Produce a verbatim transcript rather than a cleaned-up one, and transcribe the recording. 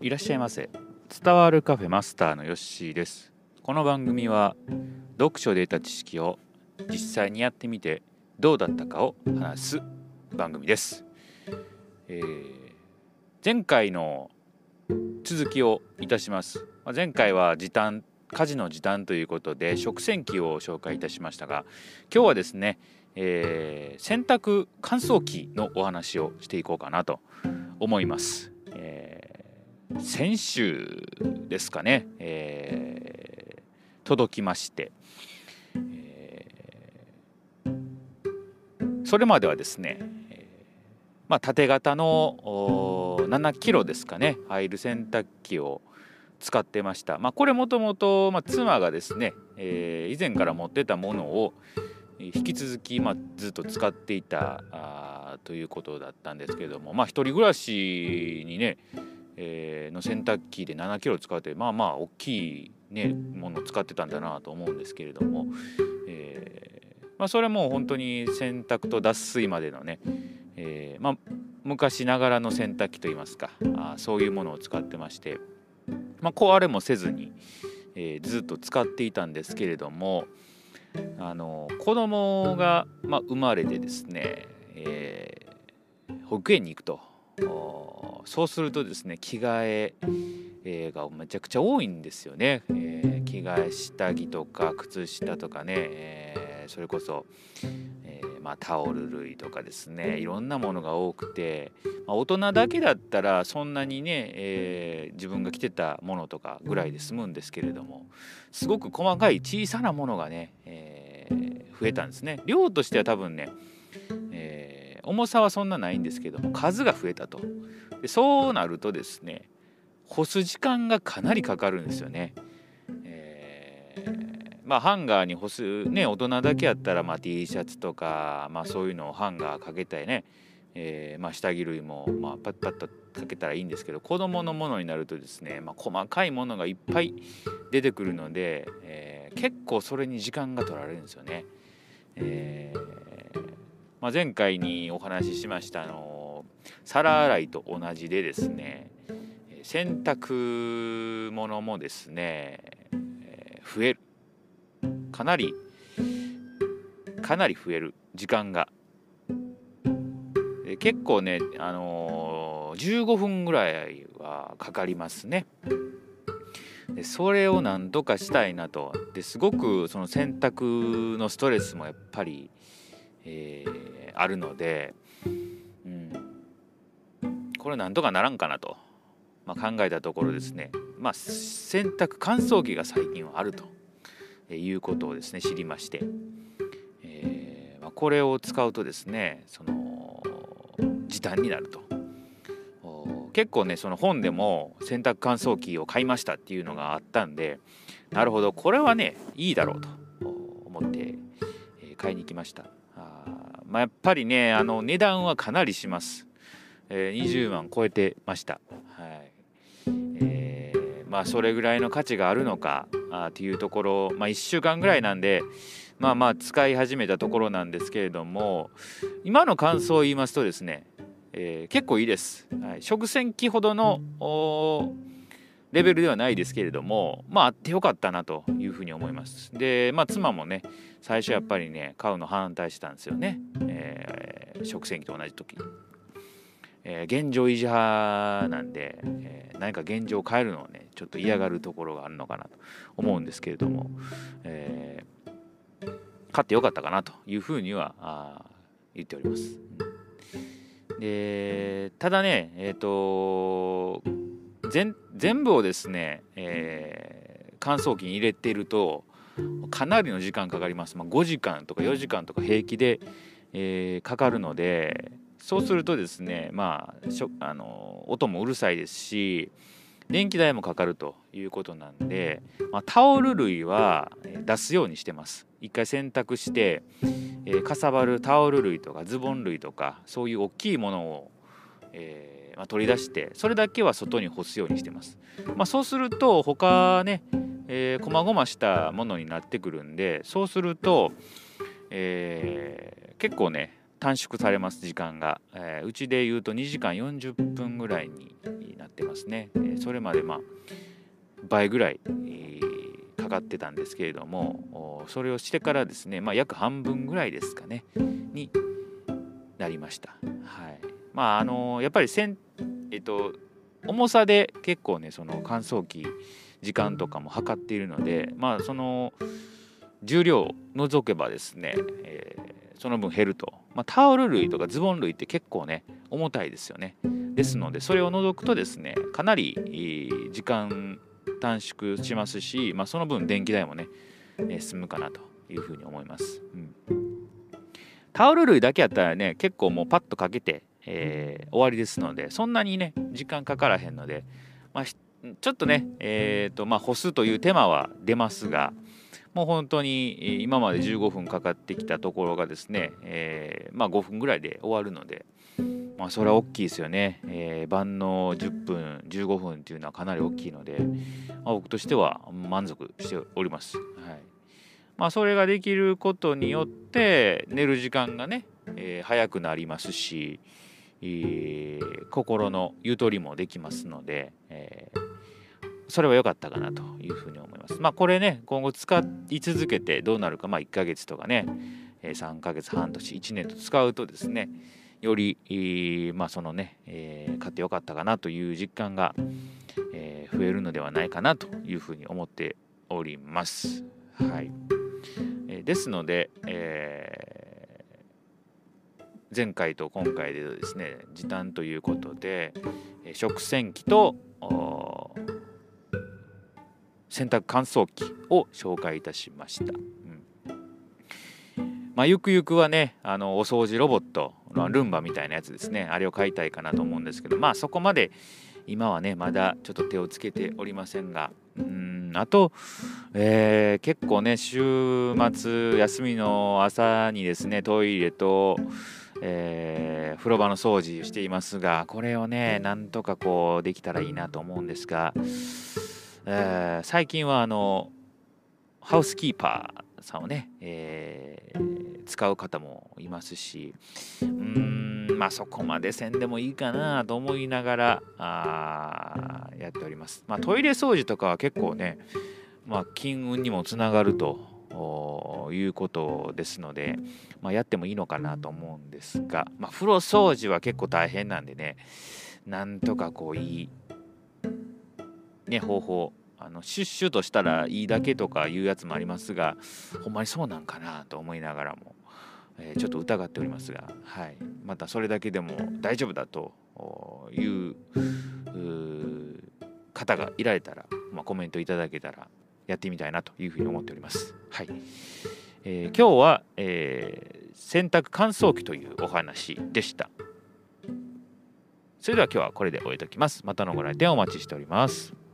いらっしゃいませ。伝わるカフェマスターのヨッシーです。この番組は読書で得た知識を実際にやってみてどうだったかを話す番組です。えー、前回の続きをいたします。前回は時短家事の時短ということで食洗機を紹介いたしましたが、今日はですね、えー、洗濯乾燥機のお話をしていこうかなと思います。えー、先週ですかね、えー、届きまして、えー、それまではですね、えーまあ、縦型のななキロですかね入る洗濯機を使ってました。まあ、これもともと妻がですね、えー、以前から持ってたものを引き続き、まあ、ずっと使っていたあということだったんですけれども、まあ、一人暮らしにね、えー、の洗濯機でななキロ使うってまあまあ大きい、ね、ものを使ってたんだなと思うんですけれども、えーまあ、それも本当に洗濯と脱水までのね、えーまあ、昔ながらの洗濯機といいますか、あそういうものを使ってまして、まあ、壊れもせずに、えー、ずっと使っていたんですけれども、あの子供が、まあ、生まれてですね、えー、保育園に行くと、そうするとですね着替ええー、がめちゃくちゃ多いんですよね、えー、着替え下着とか靴下とかね、えー、それこそ、えーまあ、タオル類とかですねいろんなものが多くて、まあ、大人だけだったらそんなにね、えー、自分が着てたものとかぐらいで済むんですけれども、すごく細かい小さなものがね、えー、増えたんですね。量としては多分ね、えー、重さはそんなないんですけども数が増えたと。でそうなるとですね干す時間がかなりかかるんですよね。えー、まあハンガーに干すね大人だけやったら、まあ、T シャツとか、まあ、そういうのをハンガーかけたりね、えーまあ、下着類も、まあ、パッパッとかけたらいいんですけど、子供のものになるとですね、まあ、細かいものがいっぱい出てくるので、えー、結構それに時間が取られるんですよね。えーまあ、前回にお話ししましたあの皿洗いと同じでですね、洗濯物もですね、えー、増えるかなりかなり増える時間が、え結構ね、あのー、じゅうごふんぐらいはかかりますね。でそれをなんとかしたいなと。ですごくその洗濯のストレスもやっぱり、えー、あるので、うん、これなんとかならんかなと、まあ、考えたところですね、まあ、洗濯乾燥機が最近はあるということをですね知りまして、えーまあ、これを使うとですねその時短になると。結構ねその本でも洗濯乾燥機を買いましたっていうのがあったんで、なるほどこれはねいいだろうと思って買いに行きました。あ、まあ、やっぱりねあの値段はかなりします。えー、にじゅうまん超えてました。はい。えー、まあそれぐらいの価値があるのかあっていうところ、まあいっしゅうかんぐらいなんでまあまあ使い始めたところなんですけれども、今の感想を言いますとですね、えー、結構いいです。はい、食洗機ほどのレベルではないですけれども、まああってよかったなというふうに思います。で、まあ妻もね最初やっぱりね買うの反対したんですよね。えー、食洗機と同じ時。えー、現状維持派なんで、えー、何か現状を変えるのをねちょっと嫌がるところがあるのかなと思うんですけれども、えー、買ってよかったかなというふうにはあ言っております。でただねえっ、ー、と全全部をですね、えー、乾燥機に入れているとかなりの時間かかります。まあ、ごじかんとかよじかんとか平気で、えー、かかるので、そうするとですね、まあ、しょあの音もうるさいですし電気代もかかるということなんで、まあ、タオル類は出すようにしてます。一回洗濯して、えー、かさばるタオル類とかズボン類とかそういう大きいものを、えーまあ、取り出してそれだけは外に干すようにしてます。まあ、そうすると他ね、えー、細々したものになってくるんで、そうすると、えー、結構ね短縮されます時間が、えー、うちでいうとにじかんよんじゅっぷんぐらいになってますね。えー、それまでまあ倍ぐらい、えー、かかってたんですけれども、それをしてからですね、まあ、約半分ぐらいですかねになりました。はい、まああのー、やっぱりせん、えっと、重さで結構ねその乾燥機時間とかも測っているので、まあその重量を除けばですね、えー、その分減ると、まあ、タオル類とかズボン類って結構ね重たいですよね。ですのでそれを除くとですねかなり時間短縮しますし、まあ、その分電気代もね、えー、済むかなというふうに思います。うん、タオル類だけやったらね結構もうパッとかけて、えー、終わりですのでそんなにね時間かからへんので、まあ、ちょっとね、えーとまあ、干すという手間は出ますが、もう本当に今までじゅうごふんかかってきたところがですね、えーまあ、ごふんぐらいで終わるので、まあ、それは大きいですよね。えー、晩のじゅっぷんじゅうごふんっていうのはかなり大きいので、まあ、僕としては満足しております。はい、まあ、それができることによって寝る時間がね、えー、早くなりますし、えー、心のゆとりもできますので、えーそれは良かったかなというふうに思います。まあこれね今後使い続けてどうなるか、まあいっかげつとかねさんかげつ半年いちねんと使うとですねより、まあそのね、えー、買って良かったかなという実感が、えー、増えるのではないかなというふうに思っております。はい。えー、ですので、えー、前回と今回でですね時短ということで食洗機と洗濯乾燥機を紹介いたしました。うん、まあゆくゆくはねあのお掃除ロボットルンバみたいなやつですねあれを買いたいかなと思うんですけど、まあそこまで今はねまだちょっと手をつけておりませんが、うんあと、えー、結構ね週末休みの朝にですねトイレとえー、風呂場の掃除していますが、これをねなんとかこうできたらいいなと思うんですが、えー、最近はあのハウスキーパーさんをね、えー、使う方もいますし、うーんまあそこまでせんでもいいかなと思いながらあやっております。まあトイレ掃除とかは結構ね、まあ、金運にもつながるということですので、まあ、やってもいいのかなと思うんですが、まあ、風呂掃除は結構大変なんでねなんとかこういい、ね、方法あのシュッシュとしたらいいだけとかいうやつもありますがほんまにそうなんかなと思いながらも、えー、ちょっと疑っておりますが、はい、またそれだけでも大丈夫だという方がいられたら、まあ、コメントいただけたらやってみたいなというふうに思っております。はい。えー、今日は、えー、洗濯乾燥機というお話でした。それでは今日はこれで終えておきます。またのご来店お待ちしております。